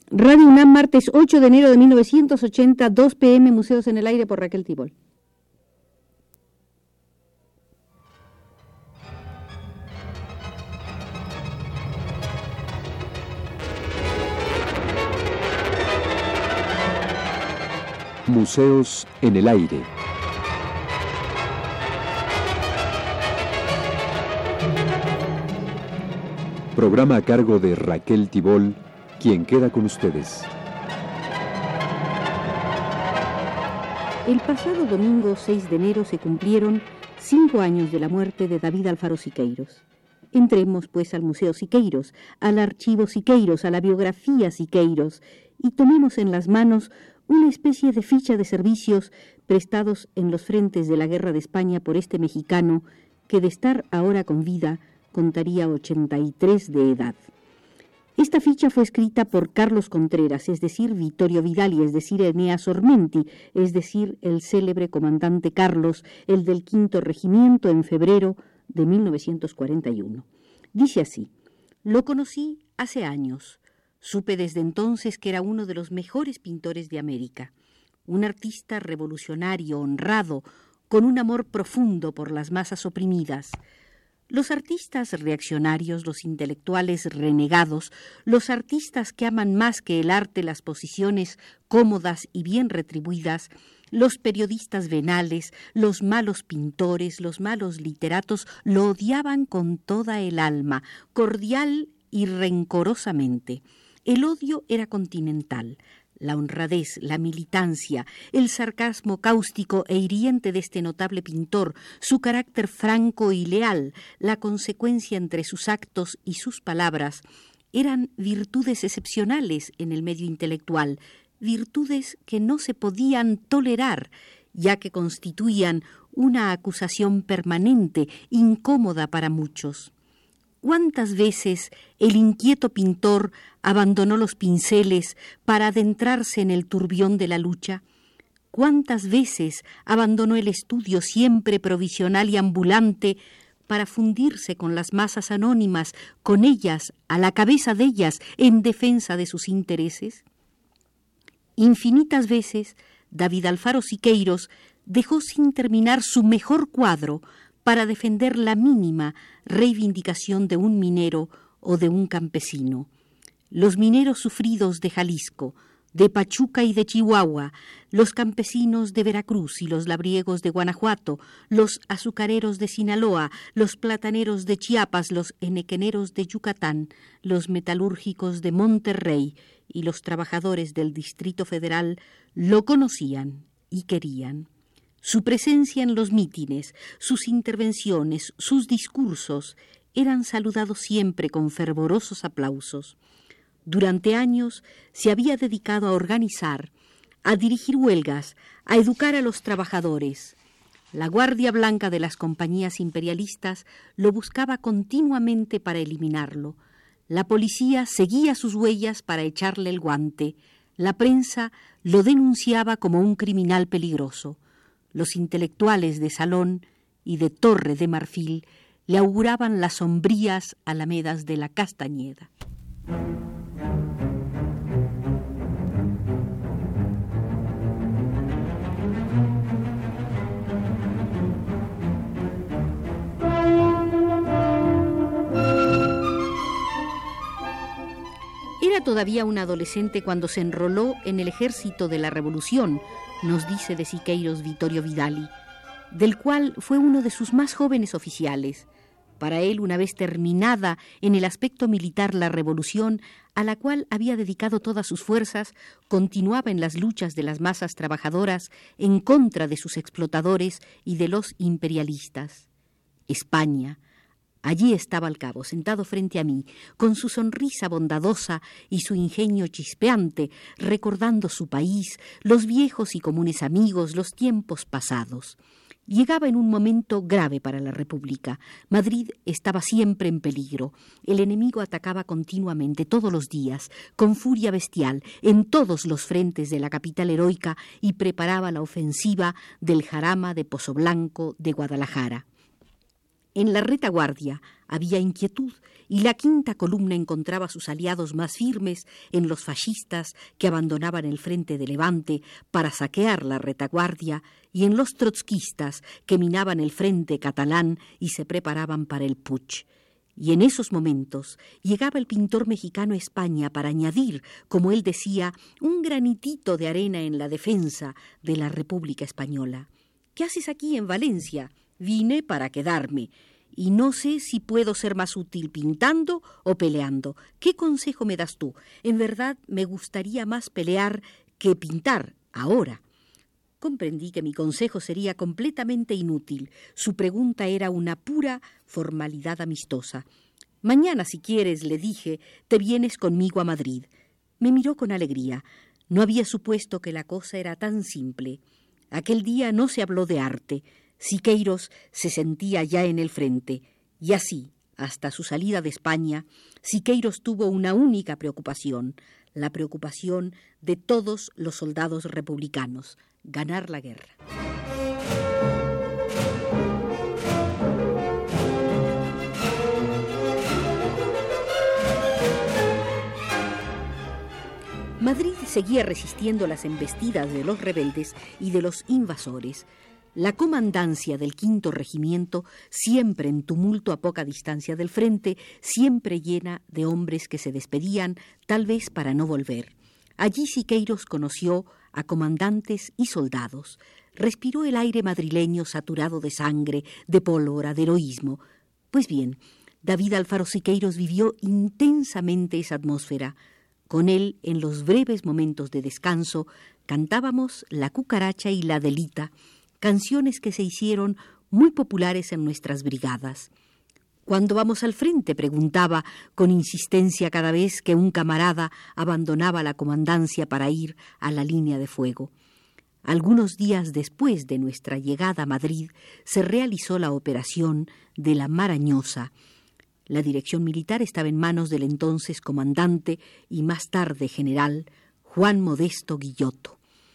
Radio UNAM, martes 8 de enero de 1980, 2 p.m., Museos en el Aire por Raquel Tibol. Museos en el Aire. Programa a cargo de Raquel Tibol, quien queda con ustedes. El pasado domingo 6 de enero se cumplieron 5 años de la muerte de David Alfaro Siqueiros. Entremos, pues, al Museo Siqueiros, al Archivo Siqueiros, a la biografía Siqueiros, y tomemos en las manos una especie de ficha de servicios prestados en los frentes de la Guerra de España por este mexicano que, de estar ahora con vida, contaría 83 de edad. Esta ficha fue escrita por Carlos Contreras, es decir, Vittorio Vidali, es decir, Eneas Ormenti, es decir, el célebre comandante Carlos, el del 5º Regimiento, en febrero de 1941. Dice así: lo conocí hace años. Supe desde entonces que era uno de los mejores pintores de América, un artista revolucionario, honrado, con un amor profundo por las masas oprimidas. Los artistas reaccionarios, los intelectuales renegados, los artistas que aman más que el arte las posiciones cómodas y bien retribuidas, los periodistas venales, los malos pintores, los malos literatos, lo odiaban con toda el alma, cordial y rencorosamente. El odio era continental. La honradez, la militancia, el sarcasmo cáustico e hiriente de este notable pintor, su carácter franco y leal, la consecuencia entre sus actos y sus palabras, eran virtudes excepcionales en el medio intelectual, virtudes que no se podían tolerar, ya que constituían una acusación permanente, incómoda para muchos. ¿Cuántas veces el inquieto pintor abandonó los pinceles para adentrarse en el turbión de la lucha? ¿Cuántas veces abandonó el estudio siempre provisional y ambulante para fundirse con las masas anónimas, con ellas, a la cabeza de ellas, en defensa de sus intereses? Infinitas veces David Alfaro Siqueiros dejó sin terminar su mejor cuadro para defender la mínima reivindicación de un minero o de un campesino. Los mineros sufridos de Jalisco, de Pachuca y de Chihuahua, los campesinos de Veracruz y los labriegos de Guanajuato, los azucareros de Sinaloa, los plataneros de Chiapas, los henequeneros de Yucatán, los metalúrgicos de Monterrey y los trabajadores del Distrito Federal lo conocían y querían. Su presencia en los mítines, sus intervenciones, sus discursos eran saludados siempre con fervorosos aplausos. Durante años se había dedicado a organizar, a dirigir huelgas, a educar a los trabajadores. La Guardia Blanca de las compañías imperialistas lo buscaba continuamente para eliminarlo. La policía seguía sus huellas para echarle el guante. La prensa lo denunciaba como un criminal peligroso. Los intelectuales de Salón y de Torre de Marfil le auguraban las sombrías alamedas de la Castañeda. Era todavía un adolescente cuando se enroló en el ejército de la Revolución, nos dice de Siqueiros Vittorio Vidali, del cual fue uno de sus más jóvenes oficiales. Para él, una vez terminada en el aspecto militar la revolución, a la cual había dedicado todas sus fuerzas, continuaba en las luchas de las masas trabajadoras en contra de sus explotadores y de los imperialistas. España. Allí estaba al cabo, sentado frente a mí, con su sonrisa bondadosa y su ingenio chispeante, recordando su país, los viejos y comunes amigos, los tiempos pasados. Llegaba en un momento grave para la República. Madrid estaba siempre en peligro. El enemigo atacaba continuamente, todos los días, con furia bestial, en todos los frentes de la capital heroica, y preparaba la ofensiva del Jarama, de Pozoblanco, de Guadalajara. En la retaguardia había inquietud y la quinta columna encontraba sus aliados más firmes en los fascistas que abandonaban el frente de Levante para saquear la retaguardia y en los trotskistas que minaban el frente catalán y se preparaban para el putsch. Y en esos momentos llegaba el pintor mexicano a España para añadir, como él decía, un granitito de arena en la defensa de la República Española. ¿Qué haces aquí en Valencia? Vine para quedarme, y no sé si puedo ser más útil pintando o peleando. ¿Qué consejo me das tú? En verdad me gustaría más pelear que pintar ahora. Comprendí que mi consejo sería completamente inútil. Su pregunta era una pura formalidad amistosa. Mañana, si quieres, le dije, te vienes conmigo a Madrid. Me miró con alegría. No había supuesto que la cosa era tan simple. Aquel día no se habló de arte. Siqueiros se sentía ya en el frente, y así, hasta su salida de España, Siqueiros tuvo una única preocupación, la preocupación de todos los soldados republicanos, ganar la guerra. Madrid seguía resistiendo las embestidas de los rebeldes y de los invasores. La comandancia del 5º Regimiento, siempre en tumulto a poca distancia del frente, siempre llena de hombres que se despedían, tal vez para no volver. Allí Siqueiros conoció a comandantes y soldados. Respiró el aire madrileño saturado de sangre, de pólvora, de heroísmo. Pues bien, David Alfaro Siqueiros vivió intensamente esa atmósfera. Con él, en los breves momentos de descanso, cantábamos La Cucaracha y La Delita, canciones que se hicieron muy populares en nuestras brigadas. ¿Cuándo vamos al frente?, preguntaba con insistencia cada vez que un camarada abandonaba la comandancia para ir a la línea de fuego. Algunos días después de nuestra llegada a Madrid se realizó la operación de la Marañosa. La dirección militar estaba en manos del entonces comandante y más tarde general Juan Modesto Guillotto.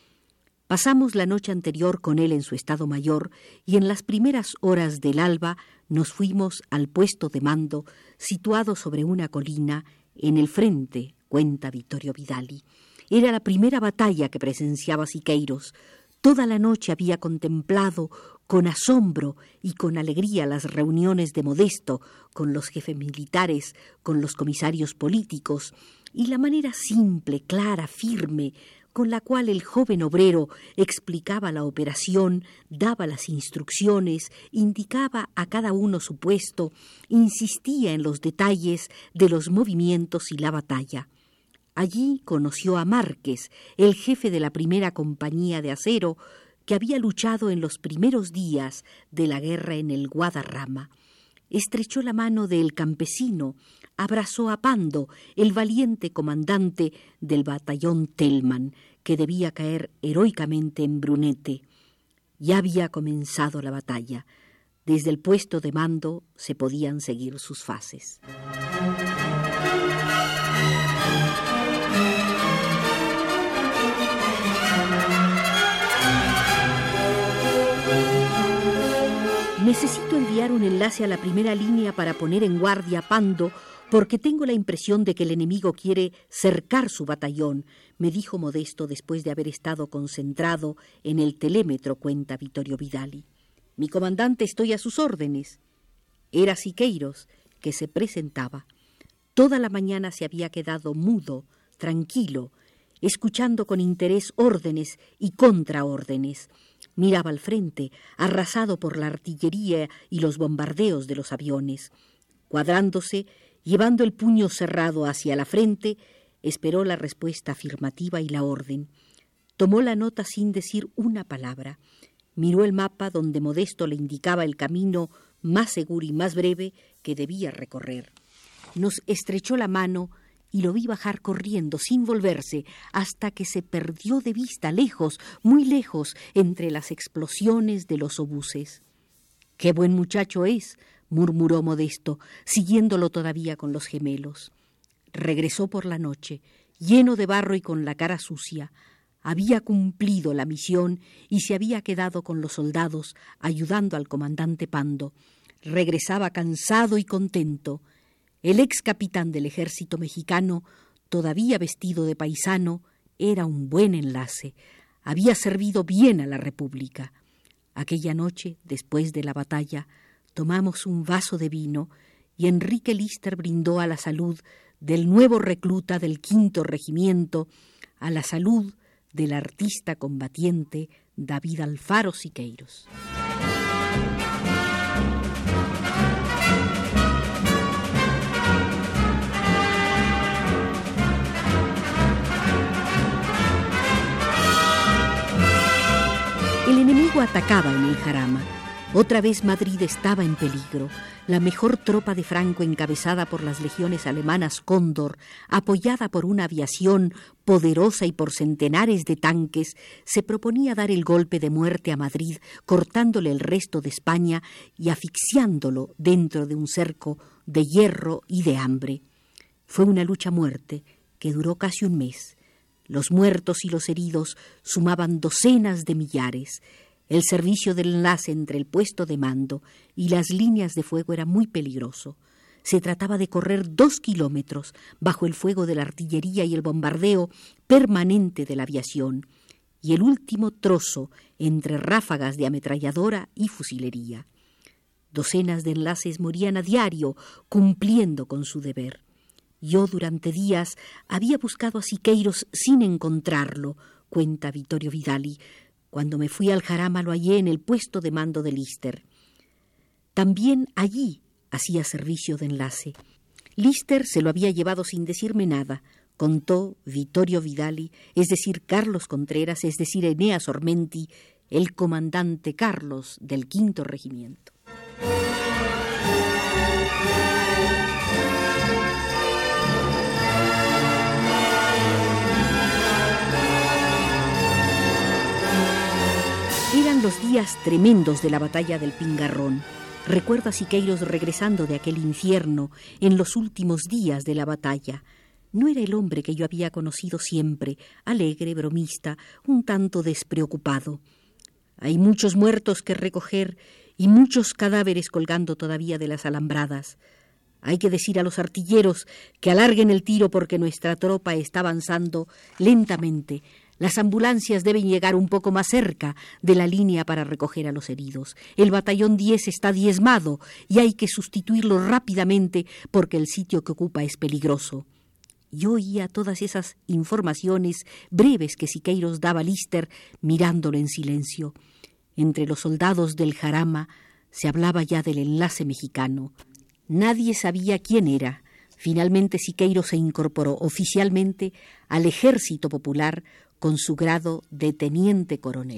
Pasamos la noche anterior con él en su estado mayor y en las primeras horas del alba nos fuimos al puesto de mando situado sobre una colina en el frente, cuenta Vittorio Vidali. Era la primera batalla que presenciaba Siqueiros. Toda la noche había contemplado con asombro y con alegría las reuniones de Modesto con los jefes militares, con los comisarios políticos, y la manera simple, clara, firme, con la cual el joven obrero explicaba la operación, daba las instrucciones, indicaba a cada uno su puesto, insistía en los detalles de los movimientos y la batalla. Allí conoció a Márquez, el jefe de la primera compañía de acero, que había luchado en los primeros días de la guerra en el Guadarrama. Estrechó la mano del campesino, abrazó a Pando, el valiente comandante del batallón Tellman, que debía caer heroicamente en Brunete. Ya había comenzado la batalla. Desde el puesto de mando se podían seguir sus fases. Necesito enviar un enlace a la primera línea para poner en guardia a Pando, porque tengo la impresión de que el enemigo quiere cercar su batallón, me dijo Modesto después de haber estado concentrado en el telémetro, cuenta Vittorio Vidali. Mi comandante, estoy a sus órdenes. Era Siqueiros, que se presentaba. Toda la mañana se había quedado mudo, tranquilo, escuchando con interés órdenes y contraórdenes. Miraba al frente, arrasado por la artillería y los bombardeos de los aviones. Cuadrándose, llevando el puño cerrado hacia la frente, esperó la respuesta afirmativa y la orden. Tomó la nota sin decir una palabra. Miró el mapa donde Modesto le indicaba el camino más seguro y más breve que debía recorrer. Nos estrechó la mano y lo vi bajar corriendo sin volverse hasta que se perdió de vista lejos, muy lejos, entre las explosiones de los obuses. «¡Qué buen muchacho es!», murmuró Modesto, siguiéndolo todavía con los gemelos. Regresó por la noche, lleno de barro y con la cara sucia. Había cumplido la misión y se había quedado con los soldados ayudando al comandante Pando. regresaba cansado y contento. El ex capitán del ejército mexicano, todavía vestido de paisano, era un buen enlace. Había servido bien a la República. Aquella noche, después de la batalla, tomamos un vaso de vino y Enrique Lister brindó a la salud del nuevo recluta del 5º Regimiento, a la salud del artista combatiente David Alfaro Siqueiros. El enemigo atacaba en el Jarama. Otra vez Madrid estaba en peligro. La mejor tropa de Franco, encabezada por las legiones alemanas Cóndor, apoyada por una aviación poderosa y por centenares de tanques, se proponía dar el golpe de muerte a Madrid, cortándole el resto de España y asfixiándolo dentro de un cerco de hierro y de hambre. Fue una lucha a muerte que duró casi un mes. Los muertos y los heridos sumaban docenas de millares. El servicio del enlace entre el puesto de mando y las líneas de fuego era muy peligroso. Se trataba de correr 2 kilómetros bajo el fuego de la artillería y el bombardeo permanente de la aviación, y el último trozo entre ráfagas de ametralladora y fusilería. Docenas de enlaces morían a diario cumpliendo con su deber. Yo durante días había buscado a Siqueiros sin encontrarlo, cuenta Vittorio Vidali. Cuando me fui al Jarama lo hallé en el puesto de mando de Lister. También allí hacía servicio de enlace. Lister se lo había llevado sin decirme nada, contó Vittorio Vidali, es decir, Carlos Contreras, es decir, Eneas Ormenti, el comandante Carlos del 5º Regimiento. Eran los días tremendos de la batalla del Pingarrón. Recuerdo a Siqueiros regresando de aquel infierno en los últimos días de la batalla. No era el hombre que yo había conocido siempre, alegre, bromista, un tanto despreocupado. Hay muchos muertos que recoger y muchos cadáveres colgando todavía de las alambradas. Hay que decir a los artilleros que alarguen el tiro porque nuestra tropa está avanzando lentamente. Las ambulancias deben llegar un poco más cerca de la línea para recoger a los heridos. El batallón 10 está diezmado y hay que sustituirlo rápidamente porque el sitio que ocupa es peligroso. Yo oía todas esas informaciones breves que Siqueiros daba a Lister mirándolo en silencio. Entre los soldados del Jarama se hablaba ya del enlace mexicano. Nadie sabía quién era. Finalmente Siqueiros se incorporó oficialmente al Ejército Popular con su grado de teniente coronel.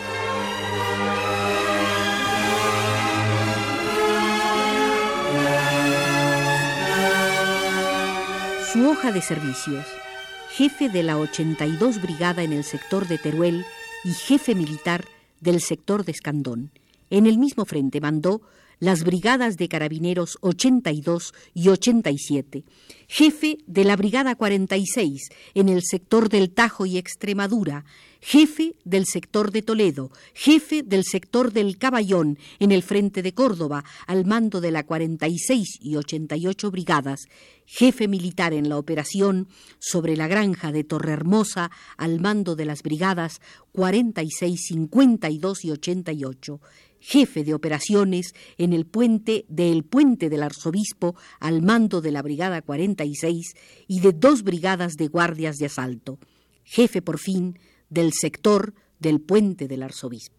Su hoja de servicios: jefe de la 82 Brigada en el sector de Teruel y jefe militar del sector de Escandón. En el mismo frente mandó las brigadas de carabineros 82 y 87, jefe de la brigada 46 en el sector del Tajo y Extremadura, jefe del sector de Toledo, jefe del sector del Caballón en el frente de Córdoba, al mando de la 46 y 88 brigadas, jefe militar en la operación sobre la granja de Torrehermosa, al mando de las brigadas 46, 52 y 88, jefe de operaciones en el puente del Arzobispo al mando de la brigada 46 y de 2 brigadas de guardias de asalto, jefe por fin del sector del puente del Arzobispo.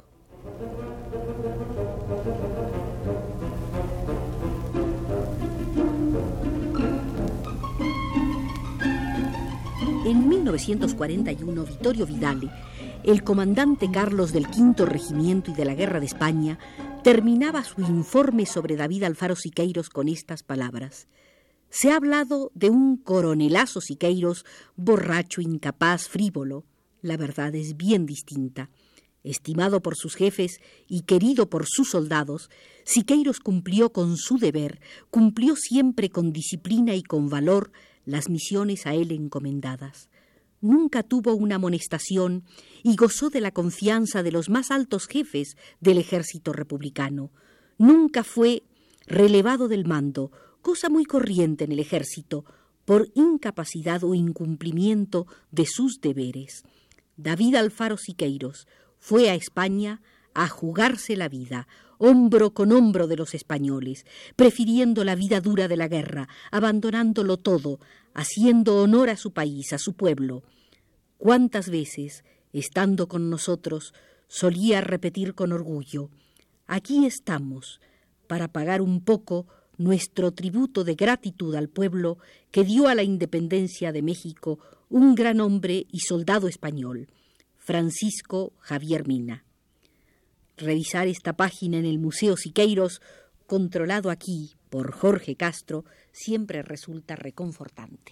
En 1941, Vittorio Vidali, el comandante Carlos del 5º Regimiento y de la Guerra de España, terminaba su informe sobre David Alfaro Siqueiros con estas palabras: se ha hablado de un coronelazo Siqueiros borracho, incapaz, frívolo. La verdad es bien distinta. Estimado por sus jefes y querido por sus soldados, Siqueiros cumplió con su deber, cumplió siempre con disciplina y con valor las misiones a él encomendadas. Nunca tuvo una amonestación y gozó de la confianza de los más altos jefes del ejército republicano. Nunca fue relevado del mando, cosa muy corriente en el ejército, por incapacidad o incumplimiento de sus deberes. David Alfaro Siqueiros fue a España a jugarse la vida, hombro con hombro de los españoles, prefiriendo la vida dura de la guerra, abandonándolo todo, haciendo honor a su país, a su pueblo. ¿Cuántas veces, estando con nosotros, solía repetir con orgullo: aquí estamos, para pagar un poco nuestro tributo de gratitud al pueblo que dio a la independencia de México un gran hombre y soldado español, Francisco Javier Mina? Revisar esta página en el Museo Siqueiros, controlado aquí por Jorge Castro, siempre resulta reconfortante.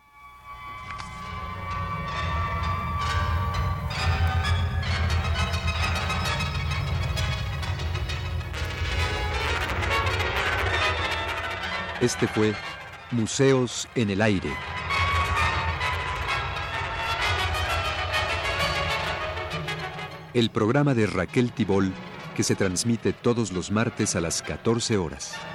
Este fue Museos en el Aire. El programa de Raquel Tibol, que se transmite todos los martes a las 14 horas.